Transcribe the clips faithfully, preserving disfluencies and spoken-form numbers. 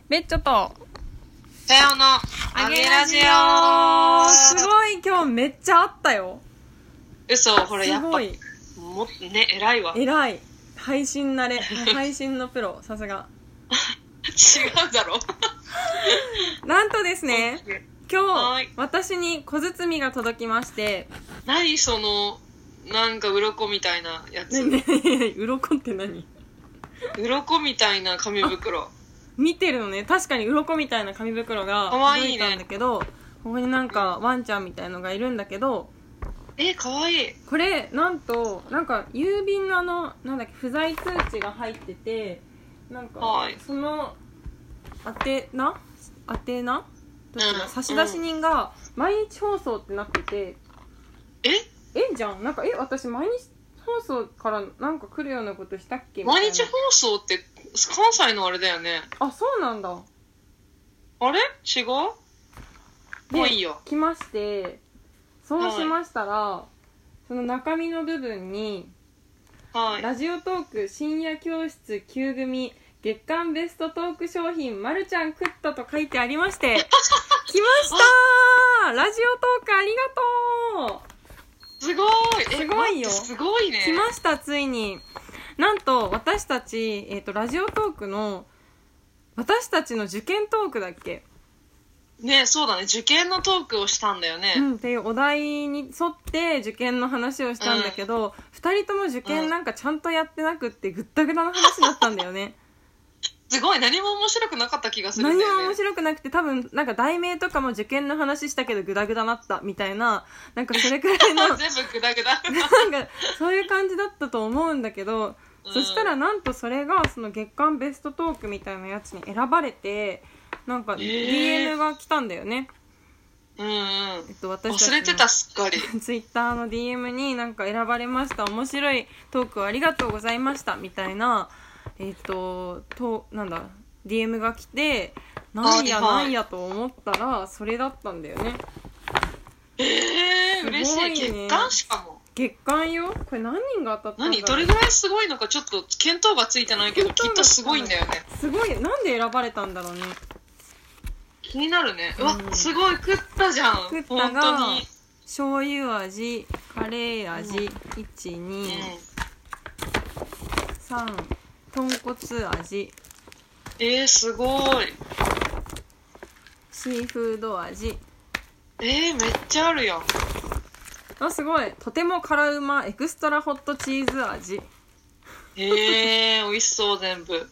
ベッチョとさよのあげラジオ。 すごい今日めっちゃあったよ。 嘘、ほらやっぱもね偉いわ。 偉い配信慣れ配信のプロさすが違うだろなんとですね今日私に小包が届きまして。 何そのなんか鱗みたいなやつ。 鱗って何？ 鱗みたいな紙袋見てるのね。確かに鱗みたいな紙袋が届いたんだけど、かわいいね、ここになんかワンちゃんみたいのがいるんだけど、 え、かわいい。 これなんとなんか郵便のあのなんだっけ不在通知が入ってて、なんか、はい、その宛名宛名どっちだ、うん、差出人が毎日放送ってなってて、 ええじゃん、なんかえ私毎日放送からなんか来るようなことしたっけみたいな。 毎日放送って関西のあれだよね。 あ、そうなんだ。 あれ違う？もういいよ。 来まして、そうしましたら、はい、その中身の部分に、はい、ラジオトーク深夜教室きゅう組月間ベストトーク商品まるちゃんクットと書いてありまして来ましたラジオトークありがとう。 すごいすごいよ。 すごいね。 来ましたついに。なんと私たち、えーと、ラジオトークの私たちの受験トークだっけね。そうだね、受験のトークをしたんだよね、 うん、っていうお題に沿って受験の話をしたんだけど、うん、ふたりとも受験なんかちゃんとやってなくってぐったぐたな話だったんだよねすごい、何も面白くなかった気がするんだよね。 何も面白くなくて、多分なんか題名とかも受験の話したけどグダグダなったみたいな、なんかそれくらいの全部グダグダなんかそういう感じだったと思うんだけど、うん、そしたらなんとそれがその月間ベストトークみたいなやつに選ばれて、なんか ディーエム が来たんだよね、 えー、うんうん、 えっと、私たちの忘れてた、すっかりツイッターの ディーエム になんか選ばれました、面白いトークをありがとうございましたみたいな、えっと、となんだ ディーエム が来て、なんやなんやと思ったらそれだったんだよね。 えー、嬉しい。月間しかも月間よ。これ何人が当たったんだろう。 何どれぐらいすごいのかちょっと見当がついてないけど、きっとすごいんだよね。 すごい。なんで選ばれたんだろうね。 気になるね。うわ、うん、すごい。食ったじゃん。 食ったが醤油味、カレー味、うん、いち、に、さん、豚骨味、 えー、すごい。 シーフード味、 えー、めっちゃあるやん。 あ、すごい。とても辛うまエクストラホットチーズ味。 えー、美味しそう全部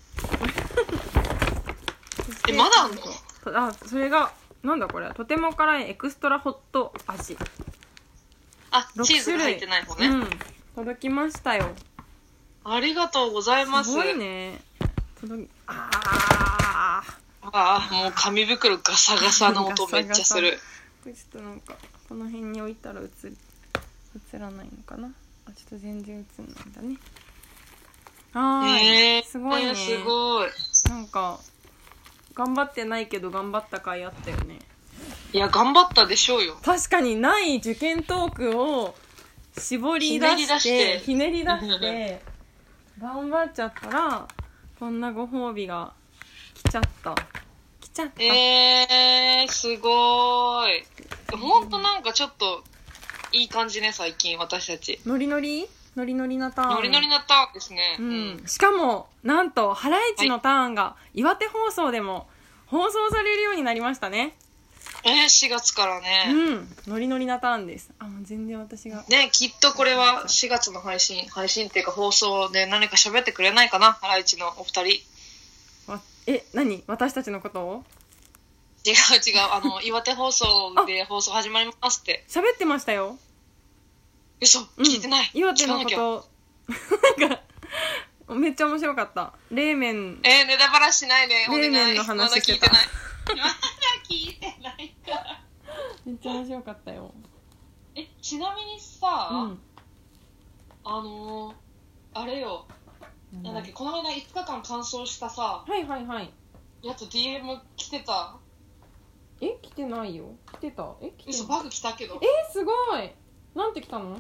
え、まだあんの？ あ、それがなんだこれ、とても辛いエクストラホット味。 あ、チーズが入ってない方ね、うん、 届きましたよ。 ありがとうございます。 すごいね。届きあーあー、もう紙袋ガサガサの音めっちゃする。 これちょっとなんかこの辺に置いたら映る映らないのかな。あ、ちょっと全然映んないんだね。あー、えー、すごいね、 えー、すごい。 なんか頑張ってないけど頑張った甲斐あったよね。 いや、頑張ったでしょうよ。 確かにない受験トークを絞り出してひねり出して頑張っちゃったらこんなご褒美が来ちゃった来ちゃったえー、すごーい。ほんとなんかちょっといい感じね、最近私たち。 ノリノリノリノリなターン。 ノリノリなターンですね、 うんうん、しかもなんとハライチのターンが岩手放送でも放送されるようになりましたね。 えー、しがつからね。 うん、ノリノリなターンです。あ、もう全然私がね、きっとこれはしがつの配信配信っていうか放送で何か喋ってくれないかな、ハライチのお二人。 え、何？私たちのことを？ 違う違う、あの岩手放送で放送始まりますって喋ってましたよ。 嘘、聞いてない、 うん、岩手のことなんかめっちゃ面白かった。冷麺、 えー、ネタバラしないでお願い。 冷麺の話してた。 まだ聞いてないまだ聞いてないからめっちゃ面白かったよ。 え、ちなみにさ、うん、あのー、あれよ、うん、なんだっけ、この間いつかかん乾燥したさ、 はいはいはいやつ ディーエム 来てた？ え、来てないよ。来てた？え、来て嘘、バグ来たけど。 え、すごい。なんて来たの？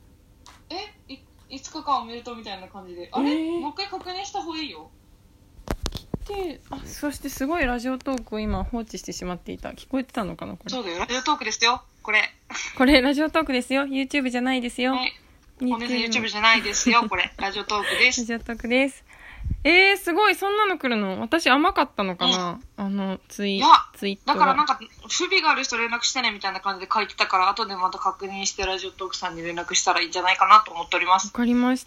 え、いいつかかんおめでとうみたいな感じで。あれ、えー、もう一回確認した方がいいよ。 来て、あ、そしてすごいラジオトークを今放置してしまっていた。聞こえてたのかなこれ。 そうだよ、ラジオトークですよこれ。 これラジオトークですよ。YouTube じゃないですよ。 はい、お姉さん YouTube じゃないですよこれ。ラジオトークです。 ラジオトークです。えー、すごい、そんなの来るの？私甘かったのかな、うん、あのツイ、ツイートだからなんか不備がある人連絡してねみたいな感じで書いてたから、後でまた確認してラジオトークさんに連絡したらいいんじゃないかなと思っております。 わかりました。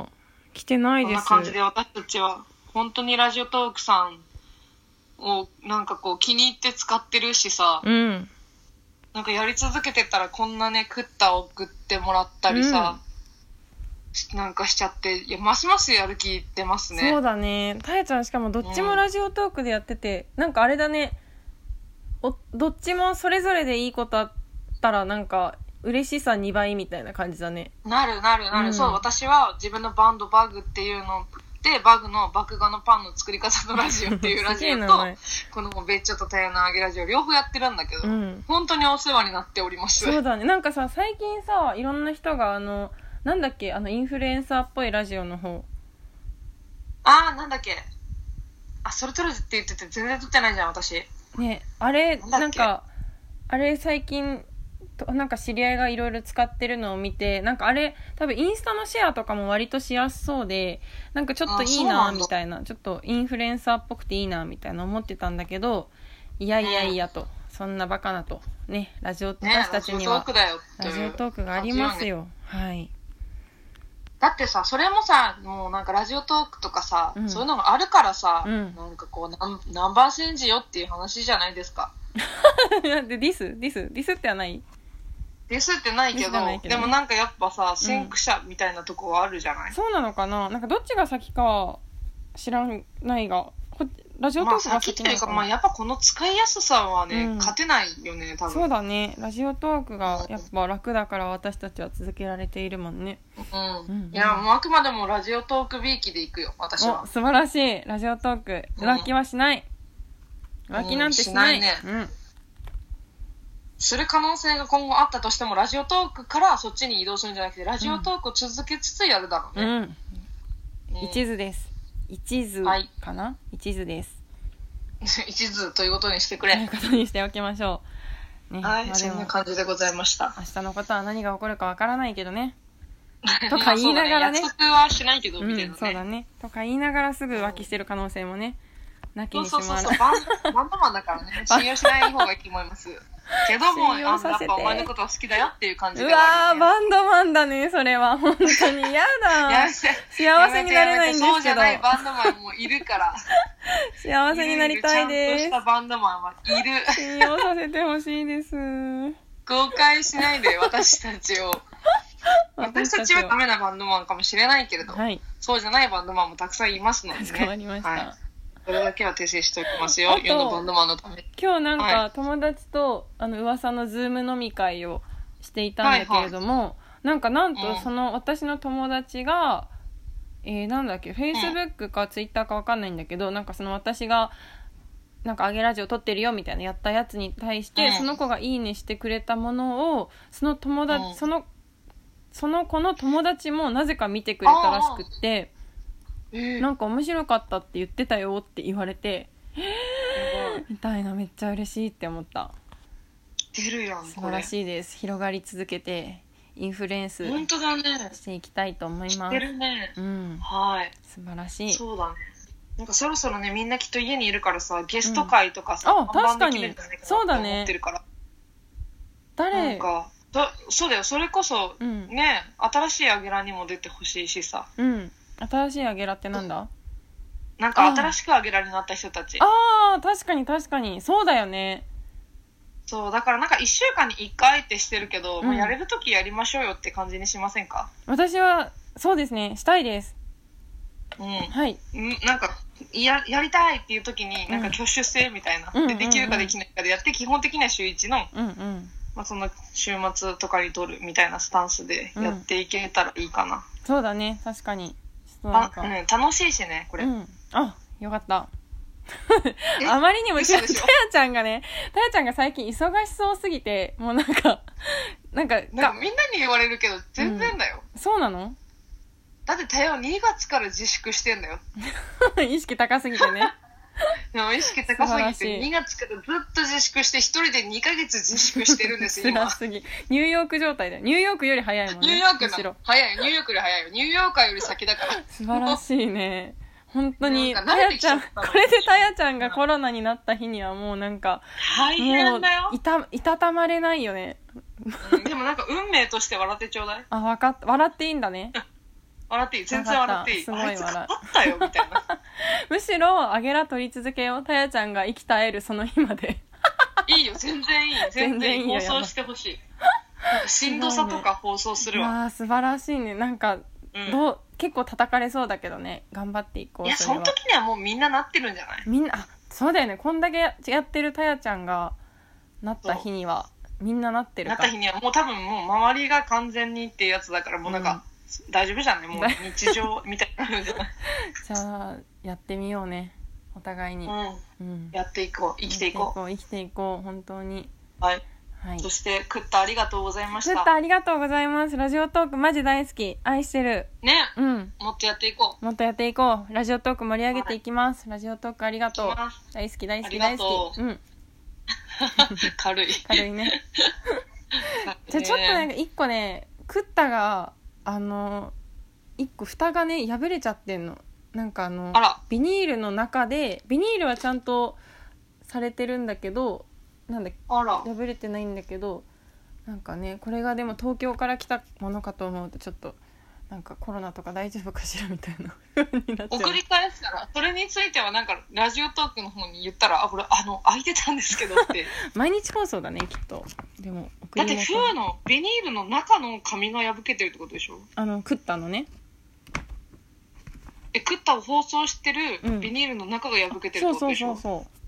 来てないです。 こんな感じで私たちは本当にラジオトークさんをなんかこう気に入って使ってるしさ、 うん、 なんかやり続けてたらこんなねクッタを送ってもらったりさ、うん、なんかしちゃって、いやますますやる気出ますね。 そうだね。たやちゃんしかもどっちもラジオトークでやってて、うん、なんかあれだね、おどっちもそれぞれでいいことあったらなんか嬉しさにばいみたいな感じだね。 なるなるなる、うん、そう、私は自分のバンドバグっていうので、バグの麦芽のパンの作り方のラジオっていうラジオとこのべっちょとたやのあげラジオ両方やってるんだけど、うん、本当にお世話になっております。 そうだね。なんかさ、最近さ、いろんな人があのなんだっけ、あのインフルエンサーっぽいラジオの方、 あーなんだっけ、あ、それ撮るって言ってて全然撮ってないじゃん私ね。あれなんかあれ最近なんか知り合いがいろいろ使ってるのを見て、なんかあれ多分インスタのシェアとかも割としやすそうで、なんかちょっといいなみたいな、ちょっとインフルエンサーっぽくていいなみたいな思ってたんだけど、いやいやいやと、そんなバカなとね、ラジオ、私たちにはラジオトークがありますよ。はい。 だってさ、それもさ、もうなんかラジオトークとかさ、うん、そういうのがあるからさ、うん、なんかこうナン、ナンバーチェンジよっていう話じゃないですか。 でディスディスディスってはない？ ディスってないけど、けどでもなんかやっぱさ、先駆者みたいなとこはあるじゃない、 うん、そうなのかな。なんかどっちが先かは知らないが、ラジオトークが先なのかな。まあ、先っていうか、まあ、やっぱこの使いやすさはね、うん、勝てないよね多分。そうだね。ラジオトークがやっぱ楽だから私たちは続けられているもんね。 うん、うんうん、いやもうあくまでもラジオトークビーキでいくよ私は。 お、素晴らしい。ラジオトーク浮気はしない、うん、浮気なんてしない、うん、しないね、うん、 する可能性が今後あったとしてもラジオトークからそっちに移動するんじゃなくてラジオトークを続けつつやるだろうね、うんうん、一途です。一途かな、はい、一途です。 一途ということにしてくれ。 ということにしておきましょう、ね。 はい、まあ、そんな感じでございました。 明日のことは何が起こるかわからないけどねとか言いながらね、 約束はしないけどみたいなね、 うん、そうだねとか言いながらすぐ浮気してる可能性もね、なきにしもあらず。 そうそうそう、バンドマンだからね信用しない方がいいと思いますけども、あのやっぱお前のことは好きだよっていう感じで、ね、 うわーバンドマンだねそれは。本当に嫌だ幸せになれないんですけど。 そうじゃないバンドマンもいるから幸せになりたいです。 ちゃんとしたバンドマンはいる。 信用させてほしいです。 誤解しないで私たちを私たちはダメなバンドマンかもしれないけれど、はい、そうじゃないバンドマンもたくさんいますのでね。 かしこまりました、はい、 それだけは訂正しておきますよ。世のバンドマンのために。 今日なんか友達と、はい、あの噂のズーム飲み会をしていたんだけれども、はいはい、なんかなんとその私の友達が、うん、えー、なんだっけ、Facebook か Twitter かわかんないんだけど、なんかその私がなんかあげラジオ撮ってるよみたいなやったやつに対して、うん、その子がいいねしてくれたものをその友達、うん、そのその子の友達もなぜか見てくれたらしくって、なんか面白かったって言ってたよって言われて、えー、みたいな、めっちゃ嬉しいって思った。 出るやん。 素晴らしいです。広がり続けてインフルエンスしていきたいと思います。 出るね、 うん、 はい、 素晴らしい。 そうだね。なんかそろそろねみんなきっと家にいるからさ、ゲスト会とかさ、 うん、あ、確かにそうだね。誰なんかそうだよ、それこそ、うん、ね、新しいアゲラにも出てほしいしさ。 うん、新しいアゲラってなんだ？ なんか新しくアゲラになった人たち。 ああ、確かに確かにそうだよね。 そうだからなんかいっしゅうかんにいっかいってしてるけど、うん、まあ、やれるときやりましょうよって感じにしませんか？ 私はそうですね、したいです。 うん、 はい。 なんか や, やりたいっていう時になんか挙手制みたいな、うん、でできるかできないかでやって、基本的には週いちの、 うんうん、まあ、 その週末とかに撮るみたいなスタンスでやっていけたらいいかな、うん、 そうだね、確かに。 あ、うん、楽しいしねこれ、うん、 あ、よかったあまりにもたやちゃんがね、たやちゃんが最近忙しそうすぎて、もうなんかなんかなんかみんなに言われるけど全然だよ、 うん、そうなの？ だってたやにがつから自粛してんだよ意識高すぎてねでも意識高すぎてにがつからずっと自粛して一人でにかげつ自粛してるんですよ今。 辛すぎ。ニューヨーク状態だよ。ニューヨークより早いもんね。 ニューヨークの早いよ。ニューヨークより早いよ。ニューヨーカーより先だから。 素晴らしいね。本当にたやちゃん、これでたやちゃんがコロナになった日にはもうなんか大変だよ。 いたいたたまれないよね。 うん、でもなんか運命として笑ってちょうだい。 あ、わかった。笑っていいんだね。 笑っていい。全然笑っていい。 すごい笑う。 あったよみたいな。 むしろあげら取り続けよう。たやちゃんが生き絶えるその日まで。 いいよ、全然いい。全然いい。放送してほしい。なんかしんどさとか放送するわ。 ああ、素晴らしいね。なんか、うん、どう結構叩かれそうだけどね。頑張っていこう。 いや、その時にはもうみんななってるんじゃない？ みんな、あ、そうだよね。こんだけやってるたやちゃんがなった日にはみんななってるか。 なった日にはもう多分もう周りが完全にっていうやつだからもうなんか、うん、大丈夫じゃんね。もう日常みたいなじゃない。じゃあやってみようね。お互いに、 うんうん、やっていこう。生きていこう。 生きていこう。本当に。 はい。はい、そしてクッタありがとうございました。 クッタありがとうございます。ラジオトークマジ大好き。愛してる。 ね。 うん。 もっとやっていこう。もっとやっていこう。ラジオトーク盛り上げていきます。はい、ラジオトークありがとう。大好き大好き大好き。うん。 軽い。 軽いね。じゃあちょっとなんか一個ね、クッタがあの一個蓋がね破れちゃってんの。なんかあのあビニールの中でビニールはちゃんとされてるんだけど。なんだあら破れてないんだけどなんかねこれがでも東京から来たものかと思うとちょっとなんかコロナとか大丈夫かしらみたいな風になっちゃう。 送り返したらそれについてはなんかラジオトークの方に言ったらあこれあの開いてたんですけどって毎日放送だねきっと。でもだって封のビニールの中の紙が破けてるってことでしょ。 あのクッタのねえクッタを包装してるビニールの中が破けてるってことでしょ、 うん、そうそうそうそう